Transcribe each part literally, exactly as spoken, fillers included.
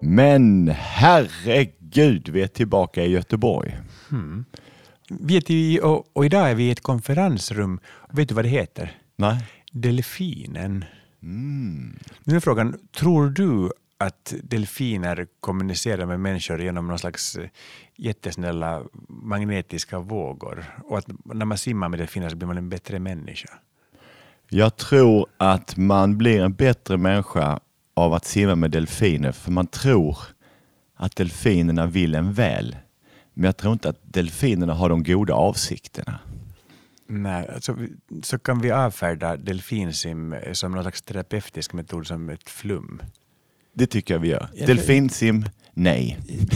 Men herregud, vi är tillbaka i Göteborg. Mm. Vi är till, och, och idag är vi i ett konferensrum. Vet du vad det heter? Nej. Delfinen. Mm. Nu är frågan, tror du att delfiner kommunicerar med människor genom någon slags jättesnälla magnetiska vågor? Och att när man simmar med delfiner så blir man en bättre människa? Jag tror att man blir en bättre människa av att simma med delfiner. För man tror att delfinerna vill en väl. Men jag tror inte att delfinerna har de goda avsikterna. Nej, alltså, så kan vi avfärda delfinsim som någon slags terapeutisk metod som ett flum. Det tycker jag vi gör. Ja, delfinsim, nej.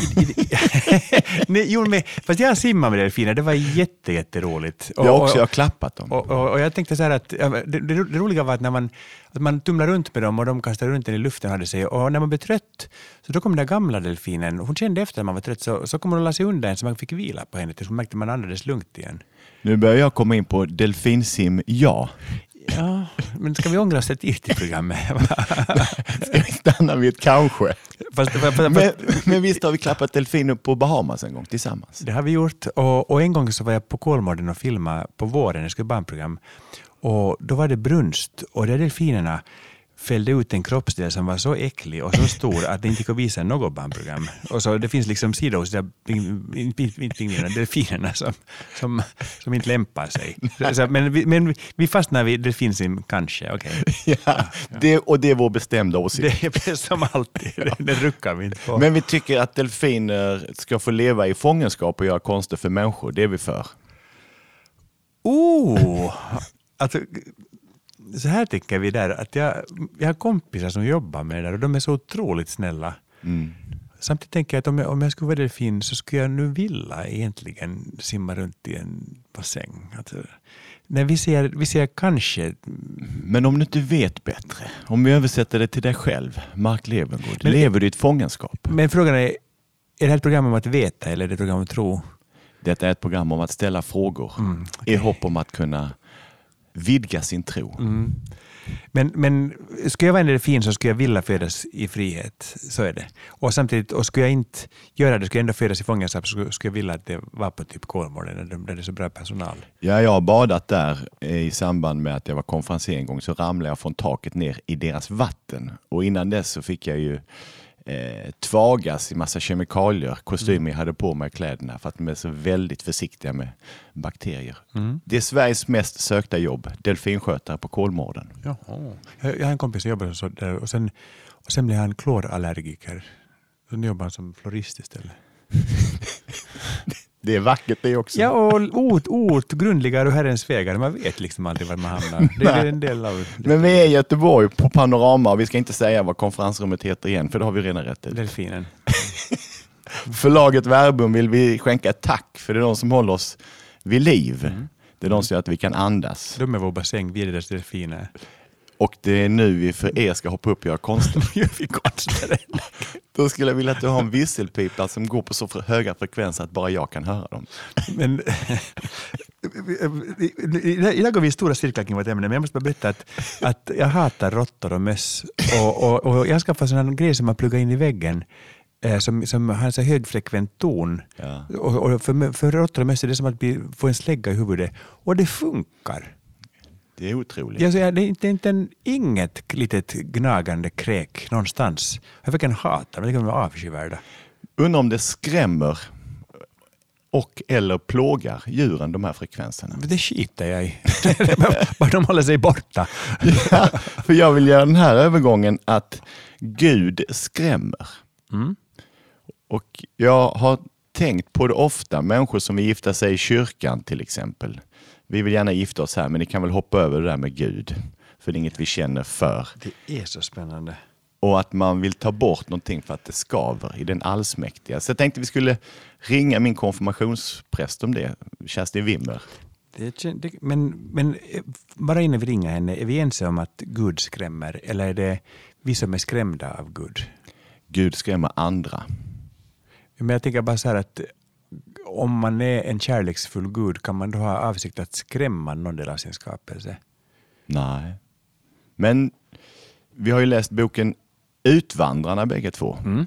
nej jo, men, fast jag simmar med delfiner, det var jätte, jätteroligt. Och, jag också, jag har klappat dem. Och, och, och jag tänkte så här att det, det, det roliga var att när man, att man tumlar runt med dem och de kastar runt den i luften hade sig. Och när man blev trött så då kom den där gamla delfinen. Hon kände efter när man var trött så, så kom hon att la sig undan så man fick vila på henne tills hon märkte man andades lugnt igen. Nu börjar jag komma in på delfinsim, ja. Ja, men ska vi ångra oss ett i programmet? Ska vi stanna vid ett kanske? Fast, fast, fast, men, men visst har vi klappat delfiner på Bahamas en gång tillsammans? Det har vi gjort. Och, och en gång så var jag på Kolmården och filmade på våren. Jag skulle barnprogram. Och då var det brunst. Och de delfinerna fällde ut en kroppsdel som var så äcklig och så stor att det inte gick att visa något barnprogram. Och så det finns liksom sidor hos de pingvinerna, delfinerna som, som, som inte lämpar sig. Så, men, vi, men vi fastnar vid delfinsim kanske, okej. Okay. Ja, det, och det är vår bestämda åsikt. Det är som alltid, det, det ruckar vi inte på. Men vi tycker att delfiner ska få leva i fångenskap och göra konster för människor, det är vi för. Oh! Alltså... Så här tycker vi där att jag, jag har kompisar som jobbar med det där och de är så otroligt snälla. Mm. Samtidigt tänker jag att om jag, om jag skulle vara delfin så skulle jag nu vilja egentligen simma runt i en bassäng. Alltså, när vi ser, vi ser kanske... Men om du inte vet bättre, om vi översätter det till dig själv, Mark Levengood, men, lever du i ett fångenskap? Men frågan är, är det här ett program om att veta eller är det ett program om att tro? Detta är ett program om att ställa frågor mm, okay. i hopp om att kunna vidga sin tro. Mm. Men, men skulle jag vara en delfin så skulle jag vilja födas i frihet. Så är det. Och samtidigt, och skulle jag inte göra det, skulle jag ändå födas i fångenskap, så skulle jag vilja att det var på typ Kolmården där det är så bra personal. Ja, jag har badat där i samband med att jag var konferencier en gång, så ramlade jag från taket ner i deras vatten. Och innan dess så fick jag ju Eh, tvagas i massa kemikalier, kostymer jag hade på mig kläderna för att de är så väldigt försiktiga med bakterier. Mm. Det är Sveriges mest sökta jobb, delfinskötare på Kolmården. Jaha. Jag, jag har en kompis som jobbar så där och sen, och sen blev han klorallergiker. Så nu jobbar han som florist istället. Det är vackert det också. Ja, och ot, ot grundligare och Herrens vägar. Man vet liksom aldrig var man hamnar. Det är en del av det. Men vi är i Göteborg på Panorama och vi ska inte säga vad konferensrummet heter igen, för det har vi redan rätt ut. Delfinen. Förlaget Verbum vill vi skänka ett tack, för det är de som håller oss vid liv. Mm. Det är de som gör att vi kan andas. De är vår bassäng, vi är deras delfiner. Och det är nu vi för er ska hoppa upp och göra konster. vi konster. Då skulle jag vilja att du har en visselpipa som går på så höga frekvenser att bara jag kan höra dem. Men idag går vi i stora cirklar kring vårt ämne, men jag måste bara berätta att, att jag hatar råttor och möss. Och, och, och jag skaffade sån här grej som man pluggar in i väggen eh, som, som har en så högfrekvent ton. Ja. Och, och för, för råttor och möss är det som att bli, få en slägga i huvudet. Och det funkar. Det är otroligt. Jag säger, det är inte, inte en, inget litet gnagande kräk någonstans. Jag fick en hata, men det kan vara avskyvärda. Undrar om det skrämmer och eller plågar djuren, de här frekvenserna. Det skiter jag i. Bara de håller sig borta. Ja, för jag vill göra den här övergången att Gud skrämmer. Mm. Och jag har tänkt på det ofta. Människor som vill gifta sig i kyrkan till exempel. Vi vill gärna gifta oss här, men ni kan väl hoppa över det där med Gud. För det är inget vi känner för. Det är så spännande. Och att man vill ta bort någonting för att det skaver i den allsmäktiga. Så jag tänkte vi skulle ringa min konfirmationspräst om det, Kerstin Wimmer. Det, det, men, men bara innan vi ringer henne, är vi ense om att Gud skrämmer? Eller är det vi som är skrämda av Gud? Gud skrämmer andra. Men jag tänker bara så här att om man är en kärleksfull Gud, kan man då ha avsikt att skrämma någon del av sin skapelse? Nej. Men vi har ju läst boken Utvandrarna bägge två. Mm.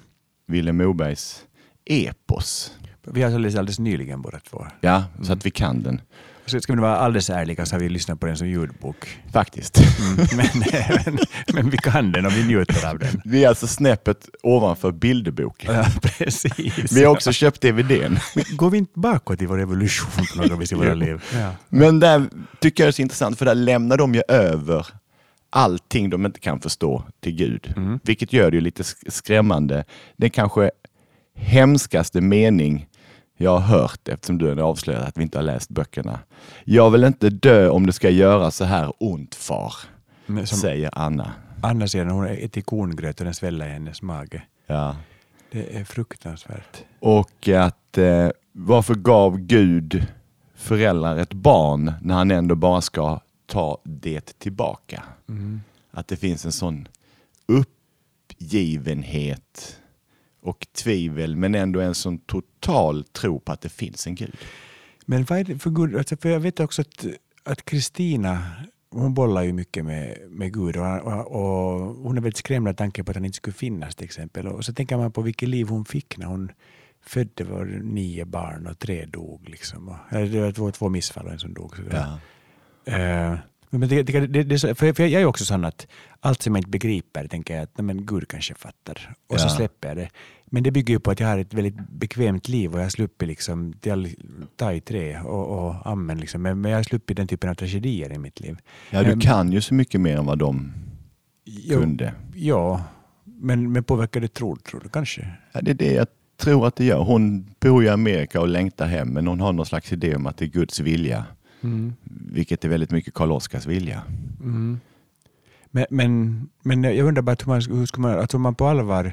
Vilhelm Mobergs epos. Vi har alldeles, alldeles nyligen båda två. Ja, så mm. att vi kan den. Så ska vi vara alldeles ärliga så har vi lyssnat på den som ljudbok. Faktiskt. Mm, men, men, men vi kan den och vi njuter av den. Vi är alltså snäppet ovanför bilderboken. Ja, precis. Vi har också köpt D V D:n. Går vi inte bakåt i vår evolution på något vis i våra liv? Ja. Men där tycker jag det är så intressant, för där lämnar de ju över allting de inte kan förstå till Gud. Mm. Vilket gör det ju lite skrämmande. Det är kanske hemskaste mening jag har hört, eftersom du har avslöjat att vi inte har läst böckerna. Jag vill inte dö om det ska göra så här ont, far, säger Anna. Anna säger när hon äter korngröt och den sväller i hennes mage. Ja. Det är fruktansvärt. Och att eh, varför gav Gud föräldrar ett barn när han ändå bara ska ta det tillbaka? Mm. Att det finns en sån uppgivenhet och tvivel, men ändå en sån total tro på att det finns en Gud. Men vad är det för Gud? Alltså, för jag vet också att att Kristina, hon bollar ju mycket med, med Gud och, och, och hon är väldigt skrämd av tanken på att han inte skulle finnas till exempel. Och så tänker man på vilket liv hon fick när hon födde var nio barn och tre dog. Liksom. Och, det var två missfall och en som dog. Så ja. uh, men det, det, det, det, för jag är ju också sån att allt som jag inte begriper tänker jag att nej, men Gud kanske fattar. Och ja. Så släpper jag det. Men det bygger ju på att jag har ett väldigt bekvämt liv och jag har sluppit liksom ta i trä och, och amen liksom. Men, men jag har sluppit den typen av tragedier i mitt liv. Ja, du kan ju så mycket mer än vad de jo, kunde. Ja, men, men påverkar det tror, tror du kanske? Ja, det är det jag tror att det gör. Hon bor i Amerika och längtar hem, men hon har någon slags idé om att det är Guds vilja. Mm. Vilket är väldigt mycket Karl Oskars vilja. Mm. Men, men, men jag undrar bara hur man, hur ska man, alltså om man på allvar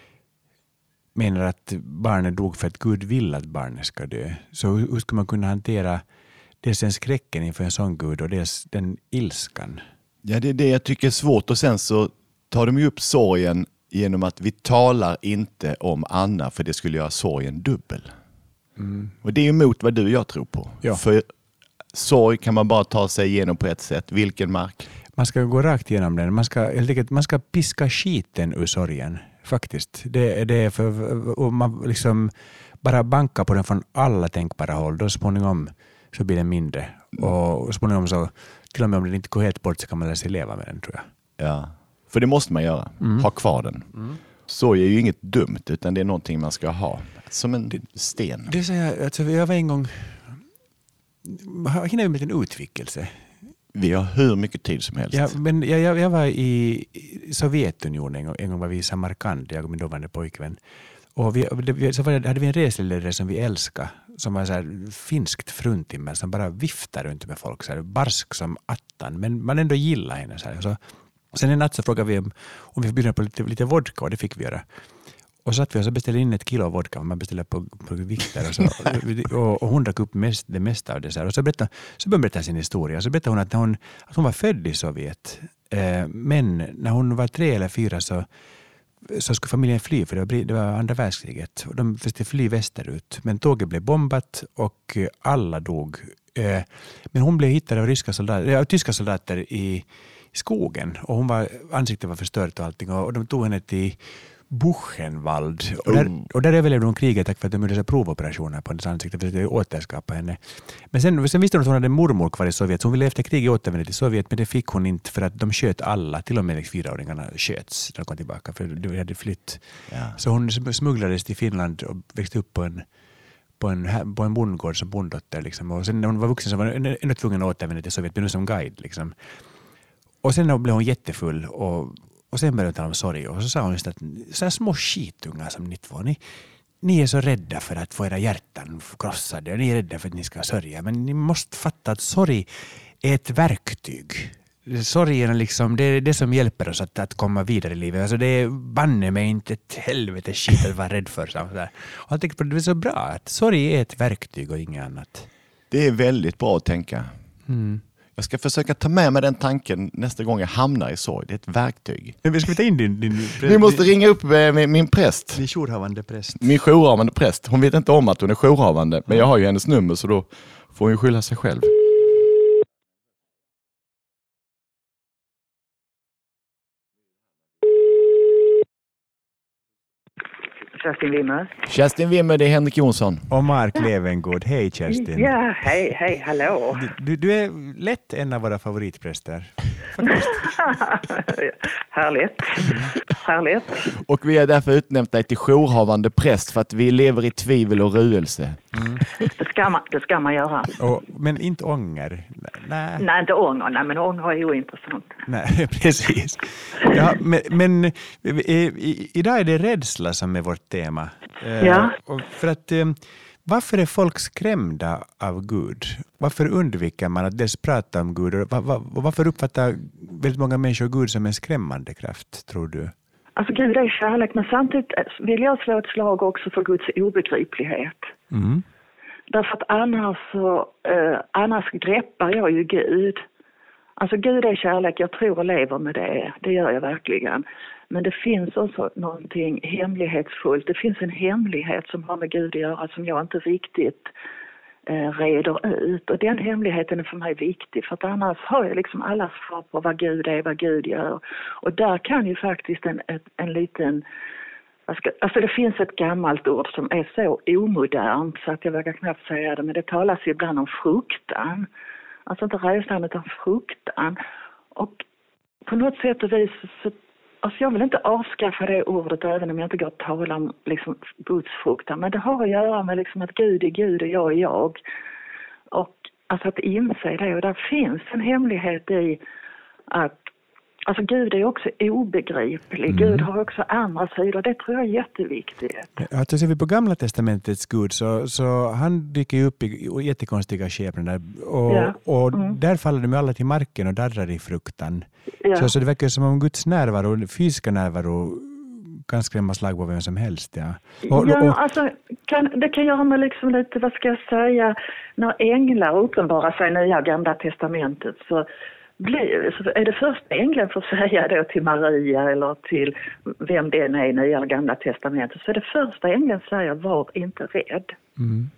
menar att barnet dog för att Gud vill att barnet ska dö. Så hur, hur ska man kunna hantera dels den skräcken inför en sån Gud och dels den ilskan? Ja, det är det jag tycker är svårt. Och sen så tar de ju upp sorgen genom att vi talar inte om Anna, för det skulle göra sorgen dubbel. Mm. Och det är emot vad du och jag tror på. Ja. För sorg kan man bara ta sig igenom på ett sätt. Vilken mark? Man ska gå rakt igenom den. Man ska, helt enkelt, man ska piska skiten ur sorgen. Faktiskt. Det, det är för och man liksom bara bankar på den från alla tänkbara håll. Då småningom så blir den mindre. Och småningom så, till och med om den inte går helt bort så kan man lära sig leva med den, tror jag. Ja, för det måste man göra. Mm. Ha kvar den. Mm. Sorg är ju inget dumt, utan det är någonting man ska ha. Som en det, sten. Det säger jag, alltså, jag var en gång hinner vi med en utvikelse. Vi har hur mycket tid som helst. Ja, men jag, jag, jag var i Sovjetunionen en gång, en gång var vi i Samarkand, jag och min dåvarande pojkvän. Och vi, det, så var det, hade vi en reseledare som vi älskade, som var så här finskt fruntimmer som bara viftar runt med folk, så här barsk som attan, men man ändå gillar henne. Så här. Så, sen en natt så frågade vi om, om vi bjöd på lite, lite vodka, och det fick vi göra. Och så att vi och så beställde in ett kilo vodka, man beställde på, på vikter och, så, och, och hon drack upp mest, det mesta av det. Så här. Och så, berättade, så började hon berätta sin historia. Så berättade hon att hon, att hon var född i Sovjet. Eh, men när hon var tre eller fyra så, så skulle familjen fly, för det var, det var andra världskriget. Och de försökte fly västerut. Men tåget blev bombat och alla dog. Eh, men hon blev hittad av ryska soldater, ja, tyska soldater i, i skogen. Och hon var, ansiktet var förstört och allting. Och, och de tog henne till Buchenwald. Och där, oh. och där överlevde hon kriget tack för att de gjorde provoperationer på hennes ansikte för att återskapa henne. Men sen, sen visste hon att hon hade en mormor kvar i Sovjet. Så hon ville efter kriget återvända till Sovjet, men det fick hon inte för att de sköt alla. Till och med fyraåringarna sköts när de kom tillbaka för de hade flytt. Ja. Så hon smugglades till Finland och växte upp på en, på en, på en bondgård som bonddotter. Liksom. Och sen när hon var vuxen så var hon ännu tvungen att återvända till Sovjet, men nu som guide. Liksom. Och sen blev hon jättefull och Och sen började hon tala om sorg och så sa hon just att så här små skitungar som ni två, ni, ni är så rädda för att få era hjärtan krossade och ni är rädda för att ni ska sörja. Men ni måste fatta att sorg är ett verktyg. Sorgen är liksom, det är det som hjälper oss att, att komma vidare i livet. Alltså det är banne mig inte ett helvete skit att vara rädd för. Så där. Och jag tänkte på det är så bra att sorg är ett verktyg och inget annat. Det är väldigt bra att tänka. Mm. Jag ska försöka ta med mig den tanken nästa gång jag hamnar i sorg. Det är ett verktyg. Men vi ska ta in din... din vi måste ringa upp min, min präst. Din jourhavande präst. Min jourhavande präst. Hon vet inte om att hon är jourhavande. Men jag har ju hennes nummer så då får hon ju skylla sig själv. Kerstin Wimmer. Kerstin Wimmer, det är Henrik Jonsson. Och Mark Levengood. Hej Kerstin. Ja, hej, hej, hallå. Du, du är lätt en av våra favoritpräster. Faktiskt. Härligt. Härligt. Och vi har därför utnämnt dig till jourhavande präst för att vi lever i tvivel och ruelse. Mm. Det, ska man, det ska man göra. Och, men inte ånger. Nej, nej inte ånger. Nej, men ånger är ointressant. Nej, precis. Ja, men, men i, i, idag är det rädsla som är vårt tema. Ja. Och för att, varför är folk skrämda av Gud? Varför undviker man att dels prata om Gud? Och varför uppfattar väldigt många människor Gud som en skrämmande kraft, tror du? Alltså Gud är kärlek, men samtidigt vill jag slå ett slag också för Guds obegriplighet. Mm. Därför att annars, så, eh, annars greppar jag ju Gud. Alltså Gud är kärlek, jag tror och lever med det. Det gör jag verkligen. Men det finns också någonting hemlighetsfullt. Det finns en hemlighet som har med Gud att göra som jag inte riktigt eh, reder ut. Och den hemligheten är för mig viktig. För att annars har jag liksom alla svar på vad Gud är, vad Gud gör. Och där kan ju faktiskt en, en, en liten... Alltså det finns ett gammalt ord som är så omodernt så att jag vågar knappt säga det. Men det talas ju ibland om fruktan. Alltså inte rädslan utan fruktan. Och på något sätt och vis så... Alltså jag vill inte avskaffa det ordet även om jag inte går att tala om liksom gudsfruktan. Men det har att göra med liksom att Gud är Gud och jag är jag. Och alltså att inse det. Och där finns en hemlighet i att alltså Gud är också obegriplig. Mm. Gud har också andra sidor. Det tror jag är jätteviktigt. Alltså ser vi på Gamla testamentets Gud så, så han dyker ju upp i jättekonstiga skepnader. Och, ja. och mm. där faller de alla till marken och darrar i fruktan. Ja. Så, så det verkar som om Guds närvaro, fysiska närvaro kan skrämma slag på vem som helst. Ja, och, ja och, alltså kan, det kan göra med liksom lite, vad ska jag säga, när änglar uppenbarar sig i Nya Gamla testamentet så blir, så är det första ängeln får säga då till Maria eller till vem det än är i Nya eller Gamla testamentet, så är det första ängeln säger var inte rädd. Mm.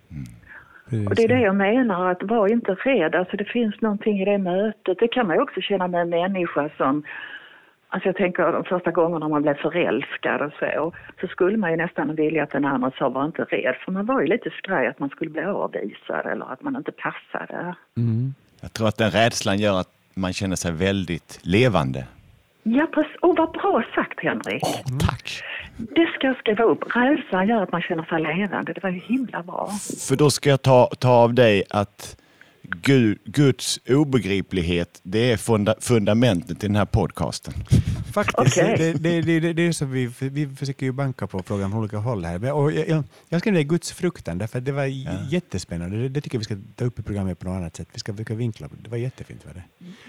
Mm. Och det är det jag menar, att var inte rädd. Alltså det finns någonting i det mötet. Det kan man ju också känna med en människa som, alltså jag tänker de första gångerna man blev förälskad och så, så skulle man ju nästan vilja att den andra sa var inte rädd. För man var ju lite skraj att man skulle bli avvisad eller att man inte passade. Mm. Jag tror att den rädslan gör att man känner sig väldigt levande. Ja, precis. Och vad bra sagt, Henrik. Oh, tack. Det ska jag skriva upp. Rädslan gör att man känner sig levande. Det var ju himla bra. För då ska jag ta, ta av dig att Gud, Guds obegriplighet, det är funda, fundamentet i den här podcasten. Faktiskt, okay. det, det, det, det, det är så vi, vi försöker ju banka på frågan från olika håll här. Och jag, jag, jag skrev det Guds fruktan, därför att det var ja. jättespännande. Det, det tycker jag vi ska ta upp i programmet på något annat sätt. Vi ska, vi ska vinkla. Det var jättefint. Var det.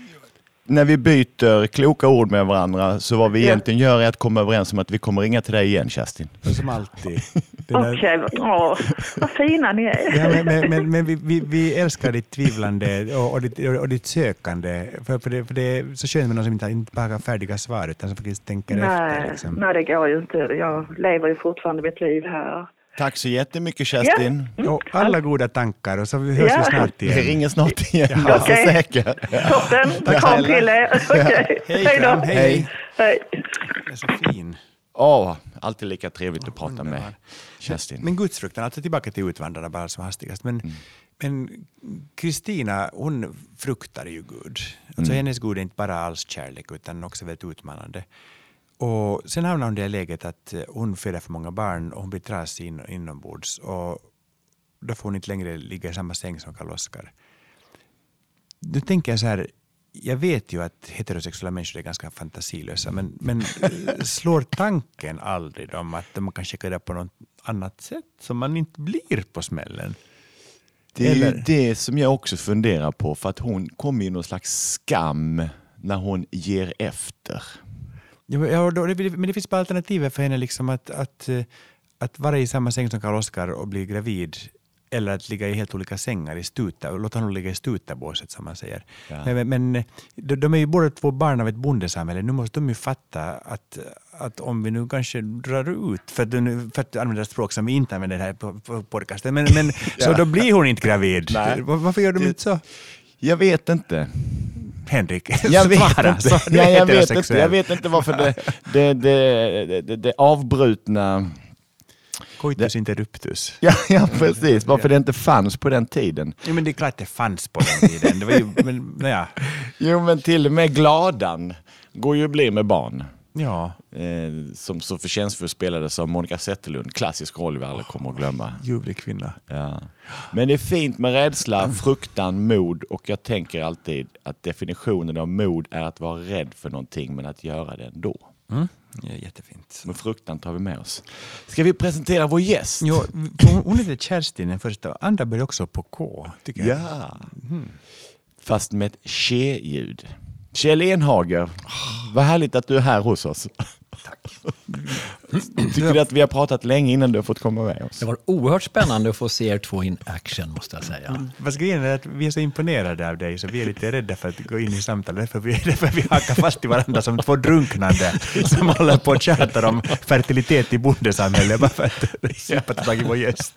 När vi byter kloka ord med varandra så vad vi ja. egentligen gör är att komma överens om att vi kommer ringa till dig igen, Kerstin. Som alltid. Okej, okay. Åh, vad fina ni är. Ja, men men, men, men vi, vi, vi älskar ditt tvivlande och, och, ditt, och ditt sökande. För, för, det, för det är så skönt med någon som inte, inte bara har färdiga svar utan som faktiskt tänker nej, efter. Liksom. Nej, det går ju inte. Jag lever ju fortfarande mitt liv här. Tack så jättemycket, Kerstin. Ja. Och alla goda tankar och så hörs ja. vi snart igen. Vi ringer snart igen, ja. jag är okay. så säker. Toppen, kom till er. Okay. Hej, hej då. Hej. Hej. Det är så fin. Åh, oh, alltid lika trevligt att prata med Kerstin. Men gudsfruktan, alltså tillbaka till utvandrarna bara som hastigast. Men mm. men Kristina, hon fruktar ju Gud. Alltså mm. hennes Gud är inte bara alls kärlek utan också väldigt utmanande. Och sen hamnar hon i det läget att hon föder för många barn och hon blir trasig in, inombords. Och då får hon inte längre ligga i samma säng som Karl-Oskar. Då tänker jag så här, jag vet ju att heterosexuella människor är ganska fantasilösa, men, men slår tanken aldrig om att man kan checka det på något annat sätt som man inte blir på smällen? Det är Eller? ju det som jag också funderar på, för att hon kommer i någon slags skam när hon ger efter. Ja, då, men det finns bara alternativ för henne liksom att, att, att vara i samma säng som Karl-Oskar och bli gravid eller att ligga i helt olika sängar i stuta och låta honom ligga i stutabåset som man säger. Ja. Men, men de, de är ju båda två barn av ett bondesamhälle. Nu måste de ju fatta att, att om vi nu kanske drar ut för att, för att använda språk som vi inte använder här på, på podcasten men, men ja. så då blir hon inte gravid. Nej. Varför gör de det, inte så? Jag vet inte. Henrik, jag vet svara, inte. Så ja, jag, vet inte. jag vet inte varför det, det, det, det, det avbrutna Coitus interruptus. Ja, ja, precis. Varför det inte fanns på den tiden. Ja, men det är klart det fanns på den tiden. Det var ju, men, ja. Jo, men till och med gladan går ju att bli med barn. Ja. Eh, som så förtjänstfullt spelades av Monica Zetterlund. Klassisk roll vi alla kommer att glömma. Ljuvlig kvinna. Ja. Men det är fint med rädsla, fruktan, mod. Och jag tänker alltid att definitionen av mod är att vara rädd för någonting men att göra det ändå. Mm. Ja, jättefint. Men fruktan tar vi med oss. Ska vi presentera vår gäst? Jo, hon heter Kerstin den första. Andra börjar också på K, tycker jag. Ja. Mm. Fast med ett tje-ljud. Kjell Enhager, vad härligt att du är här hos oss. Tack. Tycker du att vi har pratat länge innan du har fått komma med oss? Det var oerhört spännande att få se er två in action, måste jag säga. Mm. Vad grejen är att vi är så imponerade av dig så vi är lite rädda för att gå in i samtalet för vi, för vi hakar fast i varandra som två drunknande som håller på och tjatar om fertilitet i bondesamhället bara för att släppa tag i vår gäst.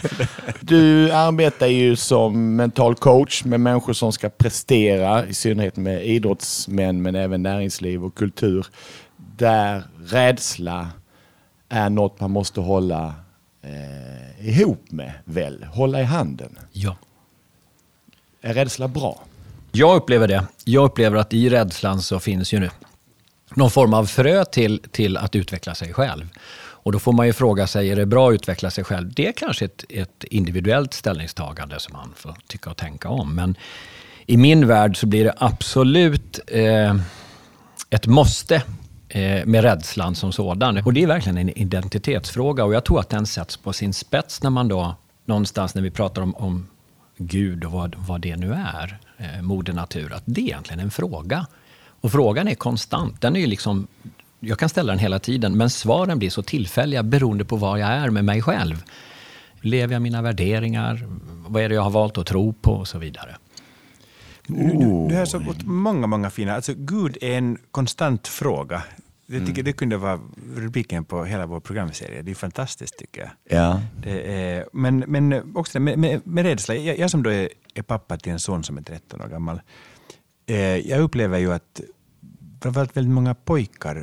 Du arbetar ju som mental coach med människor som ska prestera, i synnerhet med idrottsmän men även näringsliv och kultur. Där rädsla är något man måste hålla eh, ihop med, väl? Hålla i handen. Ja. Är rädsla bra? Jag upplever det. Jag upplever att i rädslan så finns ju nu någon form av frö till, till att utveckla sig själv. Och då får man ju fråga sig, är det bra att utveckla sig själv? Det är kanske ett, ett individuellt ställningstagande som man får tycka och tänka om. Men i min värld så blir det absolut eh, ett måste med rädslan som sådan. Och det är verkligen en identitetsfråga och jag tror att den sätts på sin spets när man då någonstans när vi pratar om, om Gud och vad, vad det nu är, eh, moder natur, att det är egentligen en fråga. Och frågan är konstant. Den är ju liksom, jag kan ställa den hela tiden men svaren blir så tillfälliga beroende på vad jag är med mig själv. Lever jag mina värderingar? Vad är det jag har valt att tro på och så vidare. Du, du har så gått många, många fina... Alltså, Gud är en konstant fråga. Jag tycker mm. det kunde vara rubriken på hela vår programserie. Det är fantastiskt, tycker jag. Ja. Det är, men, men också med, med, med rädsla. Jag, jag som då är, är pappa till en son som är tretton år gammal. Eh, jag upplever ju att framförallt väldigt många pojkar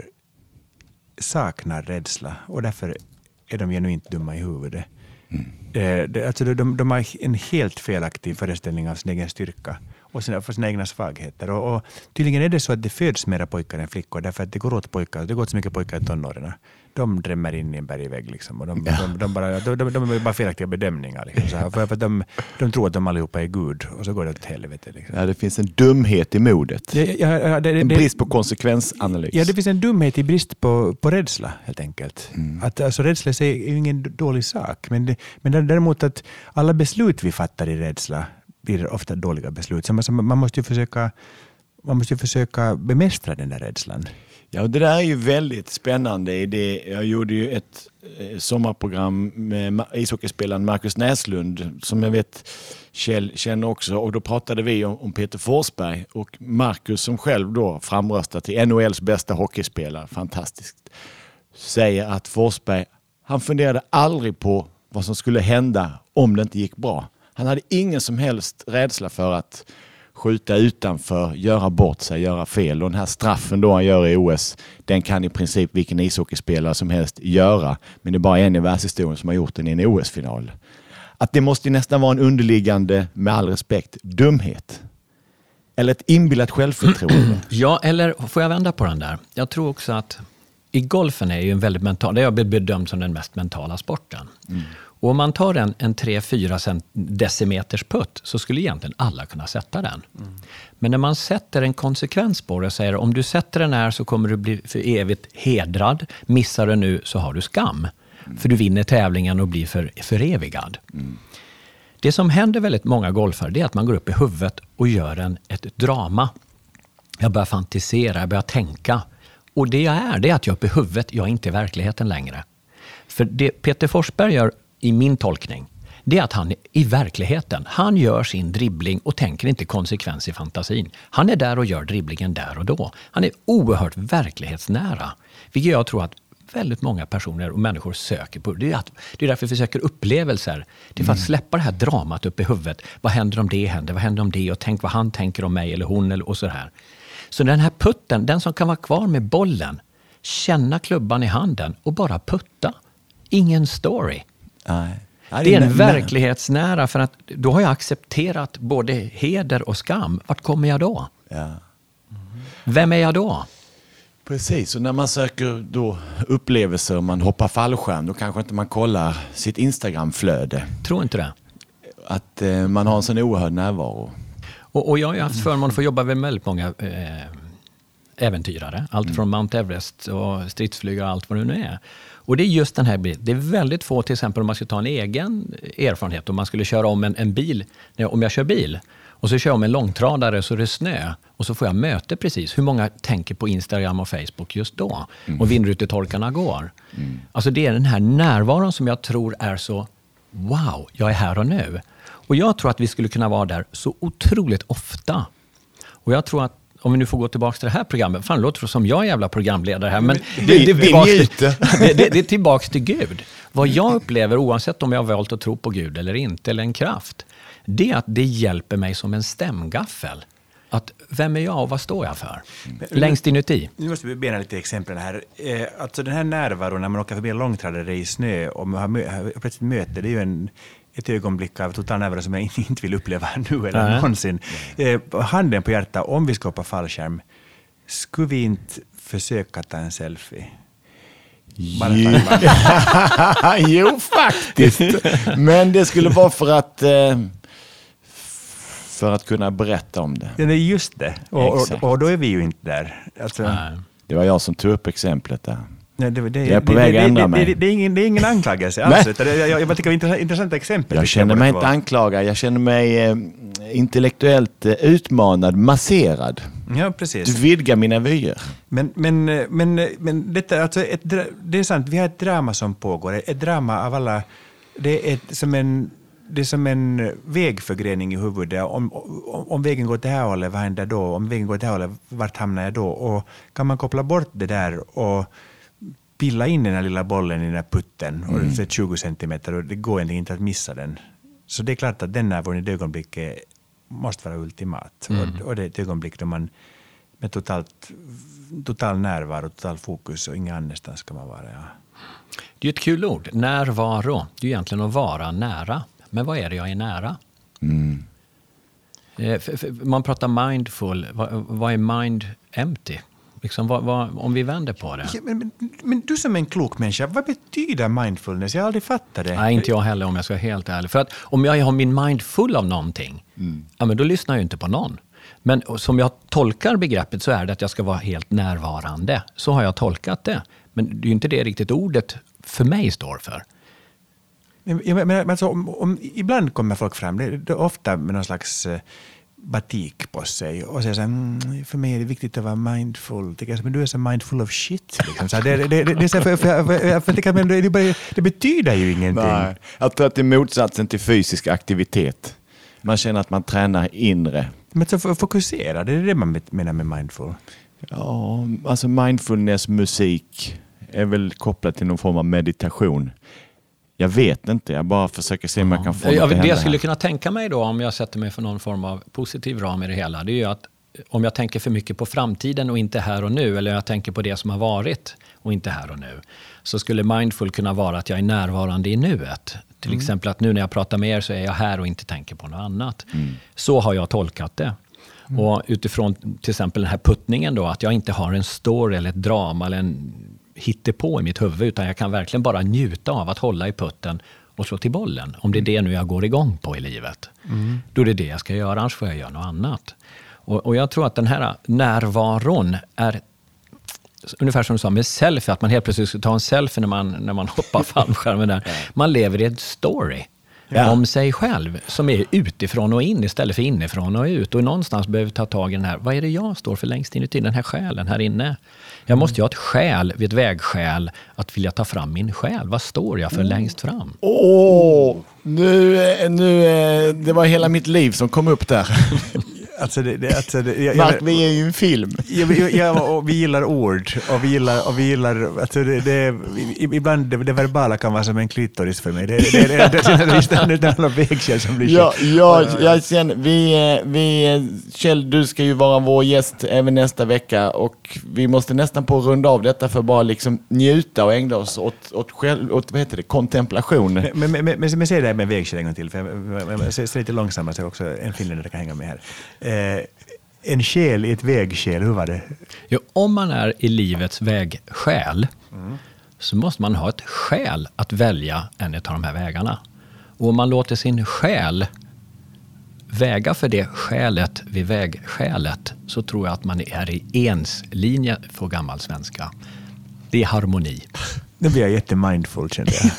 saknar rädsla. Och därför är de genuint dumma i huvudet. Mm. Eh, det, alltså de, de har en helt felaktig föreställning av sin egen styrka. Och sina, för sina egna svagheter. Och, och tydligen är det så att det föds mera pojkar än flickor. Därför att det går åt pojkar. Det går åt så mycket pojkar i tonåren. De drämmer in i en bergvägg. Liksom, och de, ja. de, de, bara, de, de, de är bara felaktiga bedömningar. Liksom, så här, för att de, de tror att de allihopa är Gud. Och så går det åt helvete. Liksom. Ja, det finns en dumhet i modet. Ja, ja, ja, det, en det, brist på konsekvensanalys. Ja, det finns en dumhet i brist på, på rädsla, helt enkelt. Mm. Att, alltså, rädsla är ju ingen dålig sak. Men, det, men däremot att alla beslut vi fattar i rädsla blir ofta dåliga beslut. Så man, man, måste ju försöka, man måste ju försöka bemästra den där rädslan. Ja, och det där är ju väldigt spännande idé. Jag gjorde ju ett eh, sommarprogram med ishockeyspelaren Marcus Näslund som jag vet Kjell känner också. Och då pratade vi om, om Peter Forsberg och Marcus som själv då framröstar till N H L:s bästa hockeyspelare. Fantastiskt. Säger att Forsberg, han funderade aldrig på vad som skulle hända om det inte gick bra. Han hade ingen som helst rädsla för att skjuta utanför, göra bort sig, göra fel. Och den här straffen då han gör i O S, den kan i princip vilken ishockeyspelare som helst göra. Men det är bara en i världshistorien som har gjort den i en O S-final. Att det måste nästan vara en underliggande, med all respekt, dumhet. Eller ett inbillat självförtroende. Ja, eller får jag vända på den där? Jag tror också att i golfen är ju en väldigt mental, det har bedömt som den mest mentala sporten. Mm. Och om man tar en, en tre fyra decimeters putt så skulle egentligen alla kunna sätta den. Mm. Men när man sätter en konsekvens på det och säger om du sätter den här så kommer du bli för evigt hedrad. Missar du nu så har du skam. Mm. För du vinner tävlingen och blir för, förevigad. Mm. Det som händer väldigt många golfare det är att man går upp i huvudet och gör en, ett drama. Jag börjar fantisera, jag börjar tänka. Och det jag är, det är att jag är uppe i huvudet, jag är inte i verkligheten längre. För det Peter Forsberg gör i min tolkning, det är att han i verkligheten, han gör sin dribbling och tänker inte konsekvens i fantasin. Han är där och gör dribblingen där och då. Han är oerhört verklighetsnära. Vilket jag tror att väldigt många personer och människor söker på. Det är, att, det är därför vi söker upplevelser. Det är för att släppa det här dramat upp i huvudet. Vad händer om det händer? Vad händer om det? Och tänk vad han tänker om mig eller hon eller och så här. Så den här putten, den som kan vara kvar med bollen, känna klubban i handen och bara putta. Ingen story. Nej. Nej, Det är en nä- verklighetsnära, för att då har jag accepterat både heder och skam. Vart kommer jag då? Ja. Vem är jag då? Precis, och när man söker då upplevelser, man hoppar fallskärm, då kanske inte man kollar sitt Instagramflöde. Tror inte det. Att eh, man har en sån oerhörd närvaro. Och, och jag har ju haft förmån att få jobba med väldigt många eh, äventyrare. Allt från Mount Everest och stridsflygare och allt vad det nu är. Och det är just den här biten. Det är väldigt få, till exempel om man ska ta en egen erfarenhet. Om man skulle köra om en, en bil, om jag kör bil och så kör jag om en långtradare så är det snö. Och så får jag möte precis. Hur många tänker på Instagram och Facebook just då? Mm. Och vindrutetorkarna går. Mm. Alltså det är den här närvaron som jag tror är så, wow, jag är här och nu. Och jag tror att vi skulle kunna vara där så otroligt ofta. Och jag tror att, om vi nu får gå tillbaka till det här programmet, fan det låter som jag är jävla programledare här, men det, det, det, är till, det, det, det är tillbaka till Gud. Vad jag upplever, oavsett om jag har valt att tro på Gud eller inte, eller en kraft, det är att det hjälper mig som en stämgaffel. Att vem är jag och vad står jag för? Längst inuti. Nu måste vi bena lite exempel här. Eh, alltså den här närvaron när man åker förbi en långtradare i snö och man har, mö- har plötsligt möte, det är ju en, ett ögonblick av total närvaro som jag inte vill uppleva nu eller äh. någonsin. Eh, handen på hjärtat, om vi ska hoppa fallskärm, skulle vi inte försöka ta en selfie? Jo. jo, faktiskt. Men det skulle vara för att... Eh... För att kunna berätta om det. Ja, det är just det. Och, och, och då är vi ju inte där. Alltså, det var jag som tog upp exemplet där. Nej, det, det, jag är på det, väg att ändra det, mig. Det, det, det, är ingen, det är ingen anklagelse alls. Jag, jag, jag tycker det är intressanta exempel. Jag känner mig inte anklagad. Jag känner mig eh, intellektuellt eh, utmanad, masserad. Ja, precis. Du vidgar mina vyer. Men, men, men, men detta, alltså ett, det är sant, vi har ett drama som pågår. Ett drama av alla... Det är ett, som en... Det är som en vägförgrening i huvudet. Om, om, om vägen går till det här hållet, vad händer då? Om vägen går till det här hållet, vart hamnar jag då? Och kan man koppla bort det där och pilla in den här lilla bollen i den här putten och mm. det tjugo centimeter och det går egentligen inte att missa den. Så det är klart att den närvaron i det ögonblicket måste vara ultimat. Mm. Och, och det är ett ögonblick då man med totalt, total närvaro, total fokus och inga annanstans ska man vara. Ja. Det är ett kul ord, närvaro. Det är egentligen att vara nära. Men vad är det jag är nära? Mm. Eh, för, för, man pratar mindful. Vad, vad är mind empty? Liksom, vad, vad, om vi vänder på det. Ja, men, men, men du som en klok människa, vad betyder mindfulness? Jag har aldrig fattat det. Nej, inte jag heller om jag ska vara helt ärlig. För att om jag har min mind full av någonting, mm. ja, men då lyssnar jag inte på någon. Men som jag tolkar begreppet så är det att jag ska vara helt närvarande. Så har jag tolkat det. Men det är ju inte det riktigt ordet för mig står för. Men, men alltså, om, om, ibland kommer folk fram, det, det är ofta med någon slags eh, batik på sig och säger så här, mm, för mig är det viktigt att vara mindful. Jag, men du är så mindful of shit. Liksom. Så det, det, det, det, för, för, för, för, för, för, men det, det, det betyder ju ingenting. Nej, jag tror att det är motsatsen till fysisk aktivitet. Man känner att man tränar inre. Men så fokusera, det är det man menar med mindful. Ja, alltså mindfulness, musik är väl kopplat till någon form av meditation. Jag vet inte, jag bara försöker se om jag kan få ja, något att det jag skulle här. kunna tänka mig då, om jag sätter mig för någon form av positiv ram i det hela, det är ju att om jag tänker för mycket på framtiden och inte här och nu, eller jag tänker på det som har varit och inte här och nu, så skulle mindful kunna vara att jag är närvarande i nuet. Till mm. exempel att nu när jag pratar med er så är jag här och inte tänker på något annat. Mm. Så har jag tolkat det. Mm. Och utifrån till exempel den här puttningen då, att jag inte har en story eller ett drama eller en hittepå i mitt huvud, utan jag kan verkligen bara njuta av att hålla i putten och slå till bollen. Om det är det nu jag går igång på i livet. Mm. Då är det det jag ska göra, annars får jag göra något annat. Och, och jag tror att den här närvaron är ungefär som du sa med selfie, att man helt plötsligt ska ta en selfie när man, när man hoppar fallskärmen där. Man lever i en story. Ja. Om sig själv som är utifrån och in istället för inifrån och ut. Och någonstans behöver ta tag i den här, vad är det jag står för längst inuti, den här själen här inne. Jag måste ju ha ett själ, vid ett vägskäl, att vilja ta fram min själ. Vad står jag för mm. längst fram? Åh, oh, nu, nu, det var hela mitt liv som kom upp där. Alltså det, det, alltså det, jag, Mark, jag, vi är ju en film. Ja, ja, och vi gillar ord och vi gillar, och vi gillar alltså det, det, ibland det, det verbala kan vara som en klitoris för mig. Det är det, det, det, det, det alla vägskäl som blir ja, ja, jag känner, vi, vi, Kjell, du ska ju vara vår gäst även nästa vecka och vi måste nästan på runda av detta för att bara liksom njuta och ägna oss åt, åt, själv, åt vad heter det, kontemplation. Men, men, men, men, men säg det här med vägskäl en gång till, för jag, jag, säg lite långsammare så också en finländare kan hänga med här. Eh, En själ i ett vägskäl, hur var det? Jo, om man är i livets vägskäl mm. så måste man ha ett skäl att välja en av de här vägarna. Och om man låter sin själ väga för det skälet vid vägskälet så tror jag att man är i ens linje för gammal svenska. Det är harmoni. Nu blir jag jättemindful, kände jag.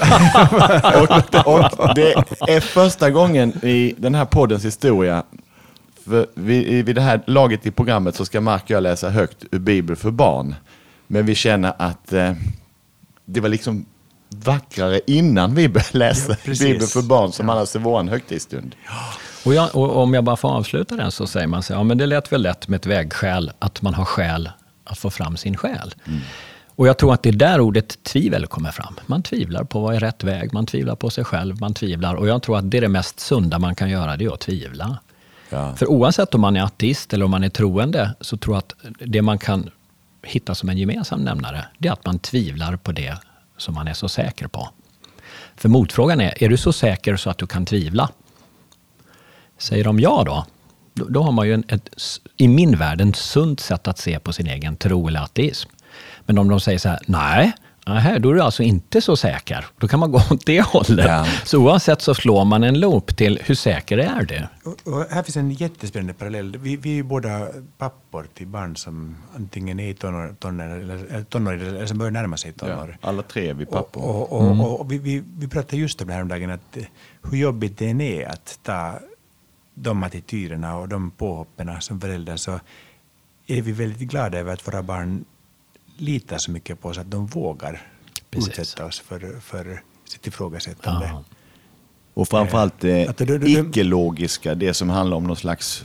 och, och det är första gången i den här poddens historia. För vid, vid det här laget i programmet så ska Mark och jag läsa högt ur Bibel för barn. Men vi känner att eh, det var liksom vackrare innan vi började läsa ja, Bibel för barn som ja. annars är vår högtidsstund. Ja. Och, jag, och om jag bara får avsluta den så säger man så ja men det lät väl lätt med ett vägskäl att man har skäl att få fram sin själ. Mm. Och jag tror att det är där ordet tvivel kommer fram. Man tvivlar på vad är rätt väg, man tvivlar på sig själv, man tvivlar. Och jag tror att det är det mest sunda man kan göra, det är att tvivla. Ja. För oavsett om man är ateist eller om man är troende så tror jag att det man kan hitta som en gemensam nämnare det är att man tvivlar på det som man är så säker på. För motfrågan är, är du så säker så att du kan tvivla? Säger de ja då? Då, då har man ju en, ett, i min värld en sunt sätt att se på sin egen tro eller ateism. Men om de säger så här, nej, aha, då är du alltså inte så säker. Då kan man gå åt det hållet. Ja. Så oavsett så slår man en loop till hur säker är du? Och, och här finns en jättespännande parallell. Vi, vi är båda pappor till barn som antingen är i tonår, tonår, eller, tonår, eller som börjar närma sig tonår. Ja, alla tre är vi pappor. Och, och, mm. och, och vi, vi, vi pratade just om det här om dagen att hur jobbigt det är att ta de attityderna och de påhoppen som föräldrar, så är vi väldigt glada över att våra barn litar så mycket på oss att de vågar Precis. utsätta oss för, för sitt ifrågasättande. Ja. Och framförallt det eh, icke-logiska, det som handlar om någon slags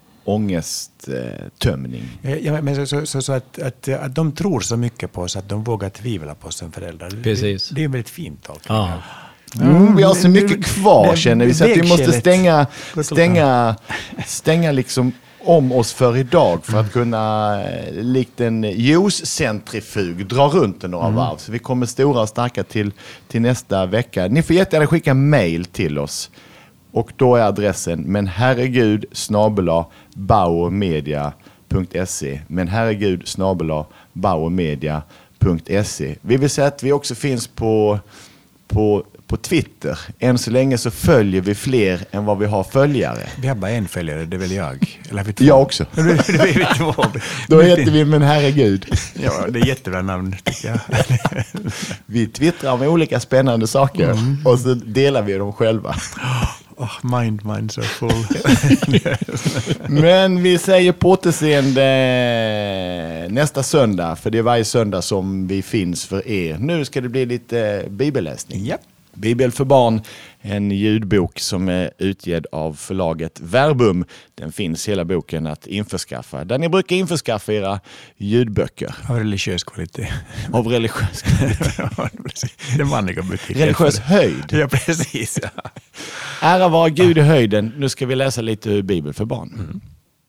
ångesttömning. Eh, ja, men så, så, så att, att, att de tror så mycket på oss att de vågar tvivla på oss som föräldrar. Precis. Det, det är en väldigt fin tolkning. Ja. Mm, vi har så mycket kvar känner vi, så att vi måste stänga, stänga, stänga liksom om oss för idag för att kunna likt en juicecentrifug dra runt några mm. varv. Så vi kommer stora och starka till, till nästa vecka. Ni får jättegärna skicka mail till oss och då är adressen men herregud snabel-a bauermedia punkt se men herregud snabel-a bauermedia punkt se. Vi vill säga att vi också finns på på på Twitter. Än så länge så följer vi fler än vad vi har följare. Vi har bara en följare, det är väl jag. Eller vi två. Jag också. Då heter vi men herregud. Ja, det är jättebra namn tycker jag. Vi twittrar med olika spännande saker mm. och så delar vi dem själva. Oh, mind, mind so full. Men vi säger på återseende nästa söndag, för det är varje söndag som vi finns för er. Nu ska det bli lite bibelläsning. Yep. Bibel för barn, en ljudbok som är utgedd av förlaget Verbum. Den finns hela boken att införskaffa. Där ni brukar införskaffa era ljudböcker. Av religiös kvalitet. Av religiös kvalitet. Den vanliga butiken. Religiös höjd. Ja, precis. Ja. Ära vara Gud i höjden. Nu ska vi läsa lite ur Bibel för barn. Mm.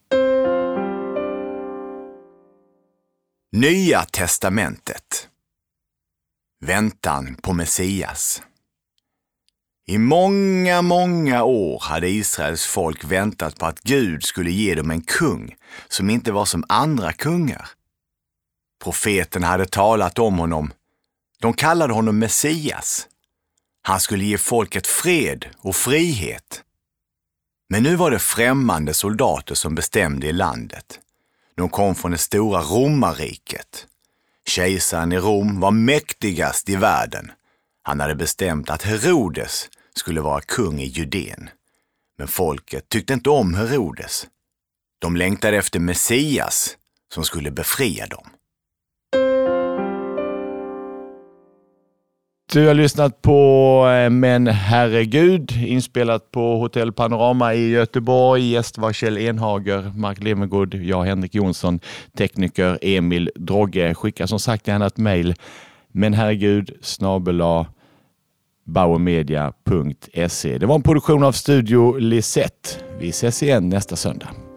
Nya testamentet. Väntan på Messias. I många, många år hade Israels folk väntat på att Gud skulle ge dem en kung som inte var som andra kungar. Profeten hade talat om honom. De kallade honom Messias. Han skulle ge folket fred och frihet. Men nu var det främmande soldater som bestämde i landet. De kom från det stora romarriket. Kejsaren i Rom var mäktigast i världen. Han hade bestämt att Herodes skulle vara kung i Judén. Men folket tyckte inte om Herodes. De längtade efter Messias som skulle befria dem. Du har lyssnat på Men herregud, inspelat på Hotell Panorama i Göteborg. Gäst var Kjell Enhager, Mark Levengood, jag Henrik Jonsson, tekniker Emil Drogge. Skicka som sagt gärna ett mejl. Men herregud, snabel-a bauermedia punkt se. Det var en produktion av Studio Lisette. Vi ses igen nästa söndag.